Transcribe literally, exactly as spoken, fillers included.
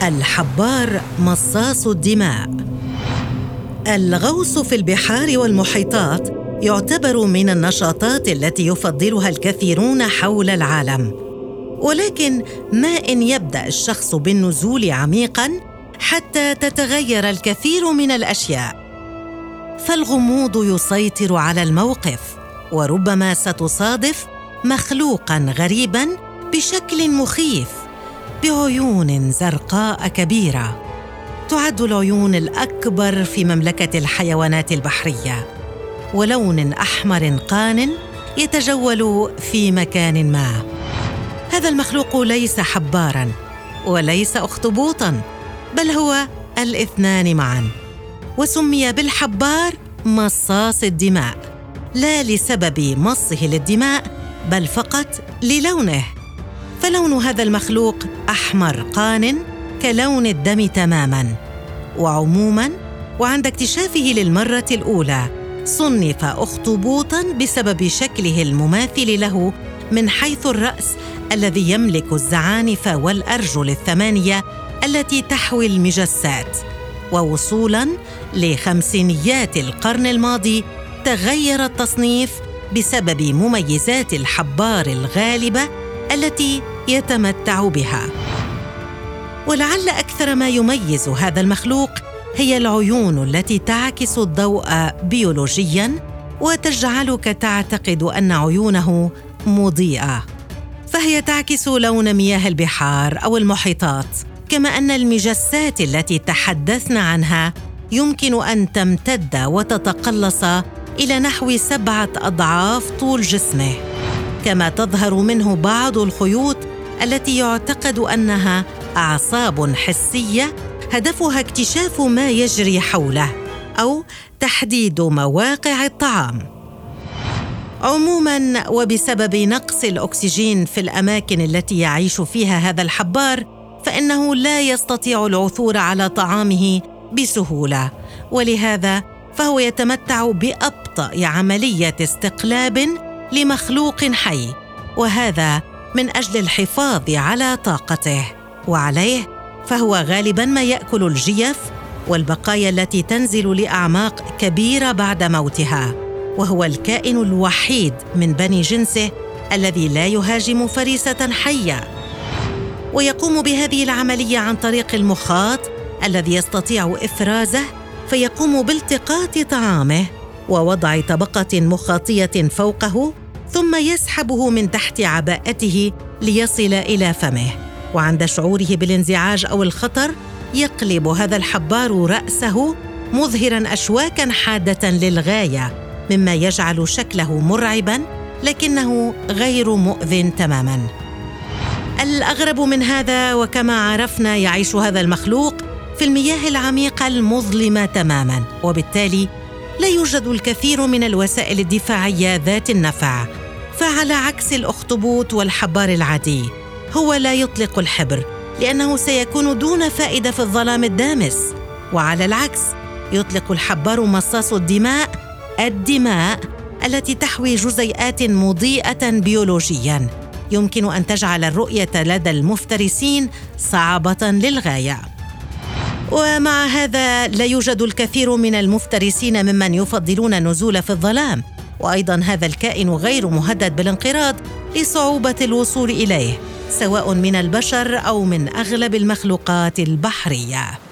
الحبار مصاص الدماء. الغوص في البحار والمحيطات يعتبر من النشاطات التي يفضلها الكثيرون حول العالم، ولكن ما إن يبدأ الشخص بالنزول عميقاً حتى تتغير الكثير من الأشياء، فالغموض يسيطر على الموقف، وربما ستصادف مخلوقاً غريباً بشكل مخيف بعيون زرقاء كبيرة. تعد العيون الأكبر في مملكة الحيوانات البحرية، ولون أحمر قان يتجول في مكان ما. هذا المخلوق ليس حباراً وليس أخطبوطاً، بل هو الاثنان معاً، وسمي بالحبار مصاص الدماء، لا لسبب مصه للدماء بل فقط للونه. فلون هذا المخلوق أحمر قان كلون الدم تماماً. وعموماً وعند اكتشافه للمرة الأولى صنف أخطبوطاً بسبب شكله المماثل له من حيث الرأس الذي يملك الزعانف والأرجل الثمانية التي تحوي المجسات. ووصولاً لخمسينيات القرن الماضي تغير التصنيف بسبب مميزات الحبار الغالبة التي يتمتع بها. ولعل أكثر ما يميز هذا المخلوق هي العيون التي تعكس الضوء بيولوجياً وتجعلك تعتقد أن عيونه مضيئة، فهي تعكس لون مياه البحار أو المحيطات. كما أن المجسات التي تحدثنا عنها يمكن أن تمتد وتتقلص إلى نحو سبعة أضعاف طول جسمه، كما تظهر منه بعض الخيوط التي يعتقد أنها أعصاب حسية هدفها اكتشاف ما يجري حوله أو تحديد مواقع الطعام. عموماً وبسبب نقص الأكسجين في الأماكن التي يعيش فيها هذا الحبار، فإنه لا يستطيع العثور على طعامه بسهولة، ولهذا فهو يتمتع بأبطأ عملية استقلاب لمخلوق حي، وهذا من أجل الحفاظ على طاقته. وعليه فهو غالباً ما يأكل الجيف والبقايا التي تنزل لأعماق كبيرة بعد موتها، وهو الكائن الوحيد من بني جنسه الذي لا يهاجم فريسة حية، ويقوم بهذه العملية عن طريق المخاط الذي يستطيع إفرازه، فيقوم بالتقاط طعامه ووضع طبقة مخاطية فوقه، ثم يسحبه من تحت عباءته ليصل إلى فمه. وعند شعوره بالانزعاج أو الخطر يقلب هذا الحبار رأسه مظهراً أشواكاً حادة للغاية، مما يجعل شكله مرعباً لكنه غير مؤذٍ تماماً. الأغرب من هذا، وكما عرفنا، يعيش هذا المخلوق في المياه العميقة المظلمة تماماً، وبالتالي لا يوجد الكثير من الوسائل الدفاعية ذات النفع. فعلى عكس الأخطبوط والحبار العادي، هو لا يطلق الحبر لأنه سيكون دون فائدة في الظلام الدامس. وعلى العكس يطلق الحبار مصاص الدماء الدماء التي تحوي جزيئات مضيئة بيولوجياً يمكن أن تجعل الرؤية لدى المفترسين صعبة للغاية. ومع هذا لا يوجد الكثير من المفترسين ممن يفضلون النزول في الظلام، وأيضاً هذا الكائن غير مهدد بالانقراض لصعوبة الوصول إليه، سواء من البشر أو من أغلب المخلوقات البحرية.